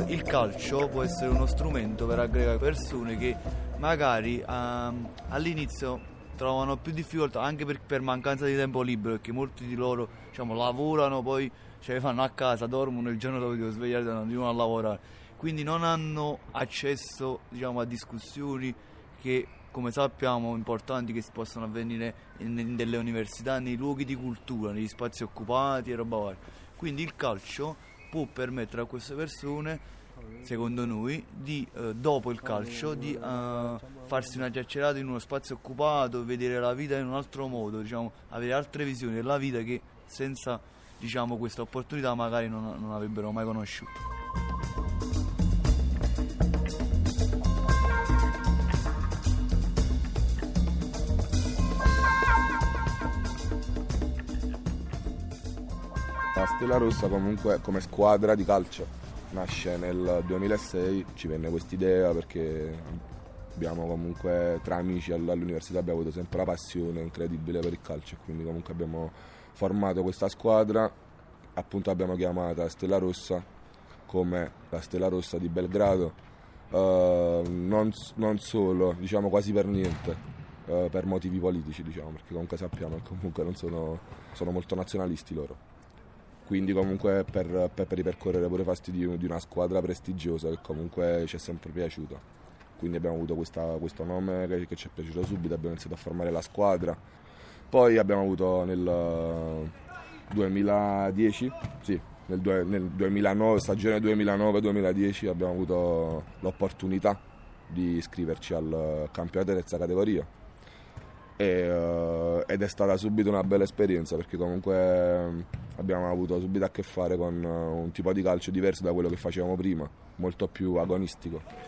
il calcio può essere uno strumento per aggregare persone che magari all'inizio trovano più difficoltà anche per mancanza di tempo libero, perché molti di loro, diciamo, lavorano, poi ce le fanno a casa, dormono, il giorno dopo devono svegliare di nuovo a lavorare, quindi non hanno accesso, diciamo, a discussioni che, come sappiamo, importanti, che possono avvenire in delle università, nei luoghi di cultura, negli spazi occupati e roba varia. Quindi il calcio può permettere a queste persone, secondo noi, di dopo il calcio di farsi una chiacchierata in uno spazio occupato, vedere la vita in un altro modo, diciamo, avere altre visioni della vita che senza, diciamo, questa opportunità magari non avrebbero mai conosciuto. La Stella Rossa comunque come squadra di calcio nasce nel 2006, ci venne quest'idea perché abbiamo comunque tra amici all'università abbiamo avuto sempre la passione incredibile per il calcio e quindi comunque abbiamo formato questa squadra, appunto abbiamo chiamata Stella Rossa come la Stella Rossa di Belgrado, non solo, diciamo quasi per niente, per motivi politici, diciamo, perché comunque sappiamo che comunque non sono molto nazionalisti loro. Quindi comunque per ripercorrere pure i fasti di una squadra prestigiosa che comunque ci è sempre piaciuta. Quindi abbiamo avuto questo nome che ci è piaciuto subito, abbiamo iniziato a formare la squadra. Poi abbiamo avuto nel 2010, sì, nel 2009, stagione 2009-2010 abbiamo avuto l'opportunità di iscriverci al campionato di terza categoria. Ed è stata subito una bella esperienza perché comunque abbiamo avuto subito a che fare con un tipo di calcio diverso da quello che facevamo prima, molto più agonistico.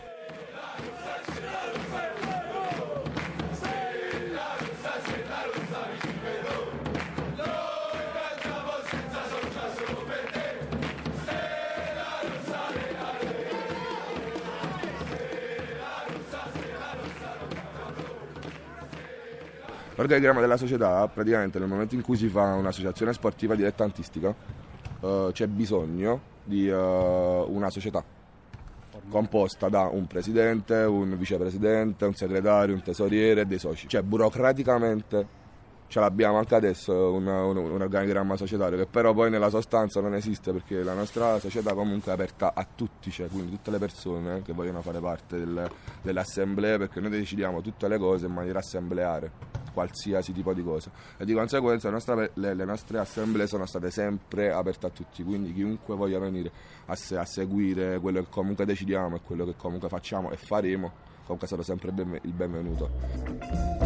L'organigramma della società, praticamente nel momento in cui si fa un'associazione sportiva dilettantistica, c'è bisogno di una società composta da un presidente, un vicepresidente, un segretario, un tesoriere e dei soci. Cioè burocraticamente ce l'abbiamo anche adesso un organigramma societario che però poi nella sostanza non esiste perché la nostra società comunque è aperta a tutti, cioè quindi tutte le persone che vogliono fare parte delle assemblee, perché noi decidiamo tutte le cose in maniera assembleare, qualsiasi tipo di cosa, e di conseguenza le nostre assemblee sono state sempre aperte a tutti, quindi chiunque voglia venire a seguire quello che comunque decidiamo e quello che comunque facciamo e faremo, comunque sarà sempre il benvenuto.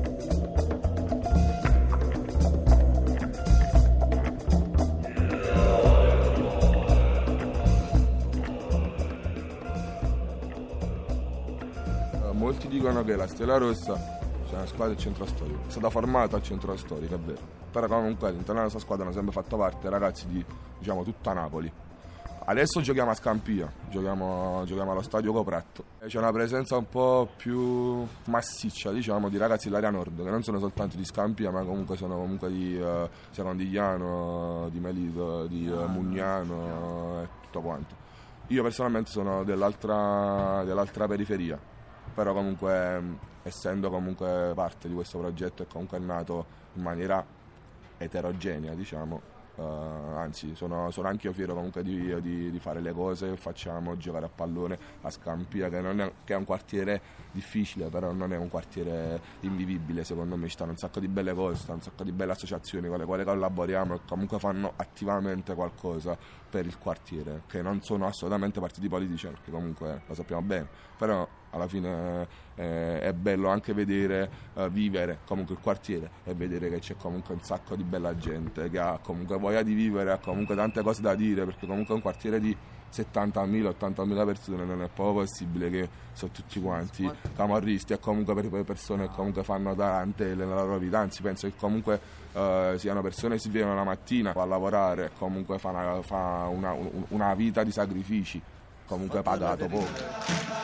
Molti dicono che la Stella Rossa sia una squadra del centro storico, è stata formata al centro storico, è vero, però comunque all'interno della nostra squadra hanno sempre fatto parte ragazzi di, diciamo, tutta Napoli. Adesso giochiamo a Scampia, giochiamo allo stadio Copratto. C'è una presenza un po' più massiccia, diciamo, di ragazzi dell'area nord, che non sono soltanto di Scampia, ma comunque sono comunque di Secondigliano, di Melito, di Mugnano e tutto quanto. Io personalmente sono dell'altra periferia, però comunque essendo comunque parte di questo progetto è comunque nato in maniera eterogenea, diciamo. Anzi sono anche io fiero comunque di fare le cose che facciamo, giocare a pallone a Scampia, che è un quartiere difficile, però non è un quartiere invivibile, secondo me ci stanno un sacco di belle cose, stanno un sacco di belle associazioni con le quali collaboriamo e comunque fanno attivamente qualcosa per il quartiere, che non sono assolutamente partiti politici, perché comunque lo sappiamo bene, però alla fine è bello anche vedere vivere comunque il quartiere e vedere che c'è comunque un sacco di bella gente che ha comunque voglia di vivere, ha comunque tante cose da dire, perché comunque è un quartiere di 70.000-80.000 persone, non è proprio possibile che sono tutti quanti camorristi e comunque per persone che comunque fanno tante nella loro vita, anzi penso che comunque siano persone che si vedono la mattina a lavorare e comunque fa una vita di sacrifici, comunque pagato poco.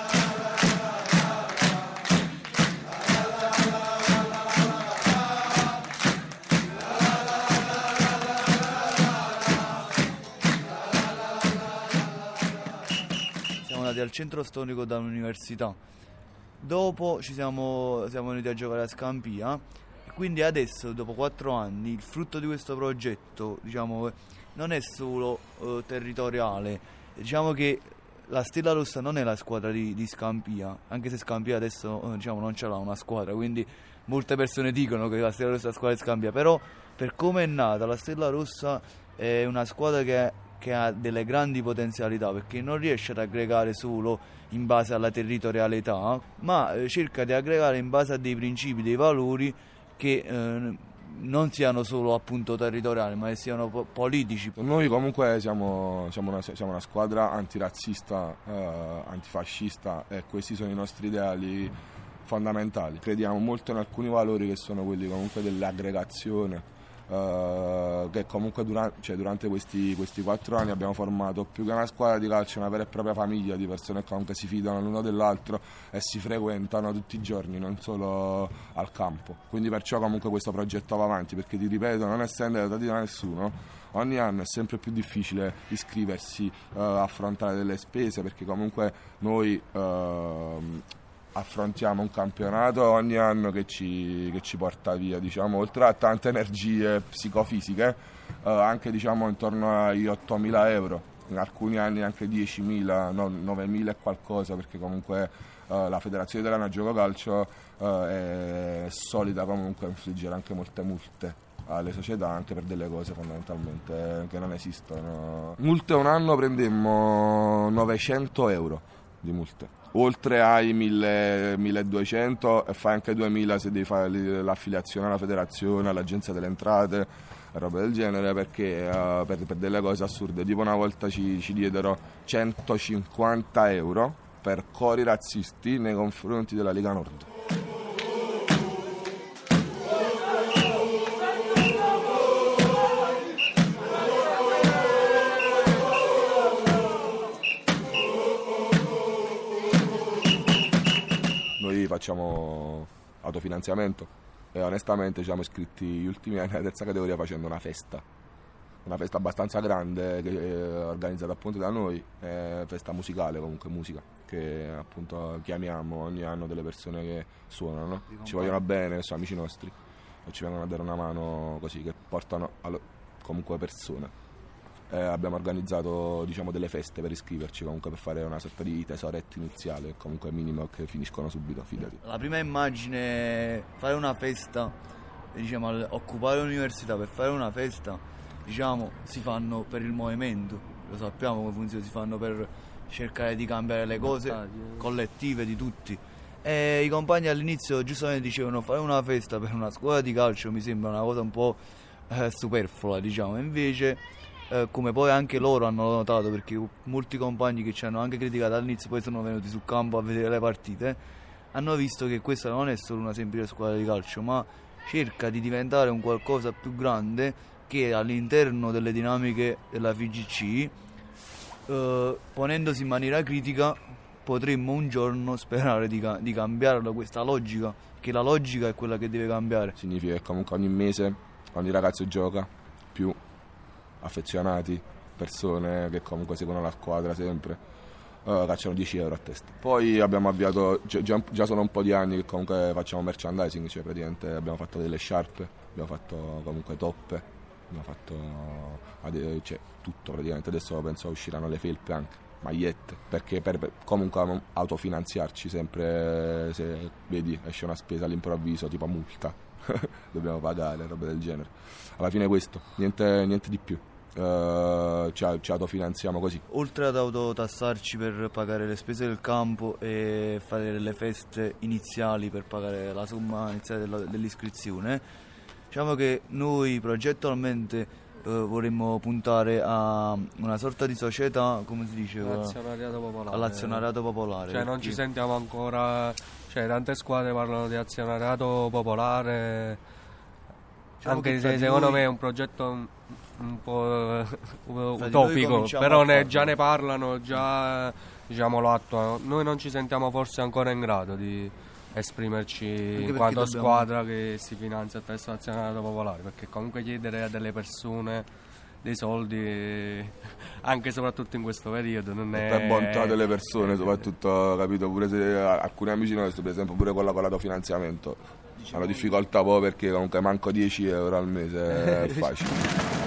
arrivati al centro storico da un'università. Dopo siamo venuti a giocare a Scampia e quindi adesso, dopo 4 anni, il frutto di questo progetto, diciamo, non è solo territoriale. Diciamo che la Stella Rossa non è la squadra di Scampia, anche se Scampia adesso diciamo, non ce l'ha una squadra, quindi molte persone dicono che la Stella Rossa è la squadra di Scampia, però per come è nata la Stella Rossa è una squadra che ha delle grandi potenzialità, perché non riesce ad aggregare solo in base alla territorialità, ma cerca di aggregare in base a dei principi, dei valori che non siano solo appunto territoriali, ma che siano politici. Noi comunque siamo una squadra antirazzista, antifascista, e questi sono i nostri ideali fondamentali. Crediamo molto in alcuni valori che sono quelli comunque dell'aggregazione, che comunque durante questi 4 anni abbiamo formato più che una squadra di calcio, una vera e propria famiglia di persone che comunque si fidano l'uno dell'altro e si frequentano tutti i giorni, non solo al campo. Quindi perciò comunque questo progetto va avanti, perché ti ripeto, non essendo aiutati da nessuno, ogni anno è sempre più difficile iscriversi, affrontare delle spese, perché comunque noi affrontiamo un campionato ogni anno che ci porta via, diciamo, oltre a tante energie psicofisiche, anche diciamo intorno ai 8.000 euro, in alcuni anni anche 10.000, no, 9.000 e qualcosa, perché comunque la Federazione Italiana Gioco Calcio è solita comunque infliggere anche molte multe alle società, anche per delle cose fondamentalmente che non esistono. Multe un anno prendemmo 900 euro di multe, oltre ai 1.200, e fai anche 2.000 se devi fare l'affiliazione alla federazione, all'agenzia delle entrate, roba del genere, perché per delle cose assurde, tipo una volta ci diedero 150 euro per cori razzisti nei confronti della Lega Nord. Noi facciamo autofinanziamento e onestamente ci siamo iscritti gli ultimi anni alla terza categoria facendo una festa abbastanza grande che è organizzata appunto da noi, festa musicale, comunque musica, che appunto chiamiamo ogni anno delle persone che suonano, ci vogliono bene, sono amici nostri e ci vengono a dare una mano così, che portano comunque persone. Abbiamo organizzato diciamo delle feste per iscriverci, comunque per fare una sorta di tesoretto iniziale, comunque minimo, che finiscono subito, fidati. La prima immagine, fare una festa, diciamo, occupare l'università per fare una festa, diciamo, si fanno per il movimento, lo sappiamo come funziona, si fanno per cercare di cambiare le cose collettive di tutti. E i compagni all'inizio giustamente dicevano fare una festa per una scuola di calcio mi sembra una cosa un po' superflua, diciamo, invece come poi anche loro hanno notato, perché molti compagni che ci hanno anche criticato all'inizio poi sono venuti sul campo a vedere le partite, hanno visto che questa non è solo una semplice squadra di calcio, ma cerca di diventare un qualcosa più grande, che all'interno delle dinamiche della FIGC, ponendosi in maniera critica, potremmo un giorno sperare di cambiare questa logica, che la logica è quella che deve cambiare. Significa che comunque ogni mese ogni ragazzo gioca più affezionati, persone che comunque seguono la squadra sempre, cacciano 10 euro a testa. Poi abbiamo avviato, già sono un po' di anni che comunque facciamo merchandising, cioè praticamente abbiamo fatto delle sciarpe, abbiamo fatto comunque toppe, abbiamo fatto cioè, tutto praticamente. Adesso penso usciranno le felpe anche, magliette, perché per comunque autofinanziarci sempre, se vedi esce una spesa all'improvviso tipo multa dobbiamo pagare, roba del genere. Alla fine questo, niente di più. Ci autofinanziamo così. Oltre ad autotassarci per pagare le spese del campo e fare le feste iniziali per pagare la somma iniziale dell'iscrizione, diciamo che noi progettualmente vorremmo puntare a una sorta di società, come si dice? All'azionariato popolare. All'azionariato popolare. Cioè non ci sentiamo ancora, cioè tante squadre parlano di azionariato popolare, diciamo, anche se secondo me è un progetto un po' utopico, però già ne parlano, già diciamo lo attuano. Noi non ci sentiamo forse ancora in grado di esprimerci in quanto squadra che si finanzia attraverso l'azionariato popolare, perché comunque chiedere a delle persone dei soldi, anche e soprattutto in questo periodo. Non è... Per bontà delle persone, soprattutto, capito? Pure se alcuni amici nostri, per esempio, pure con l'autofinanziamento, hanno difficoltà proprio perché comunque manco 10 euro al mese è facile.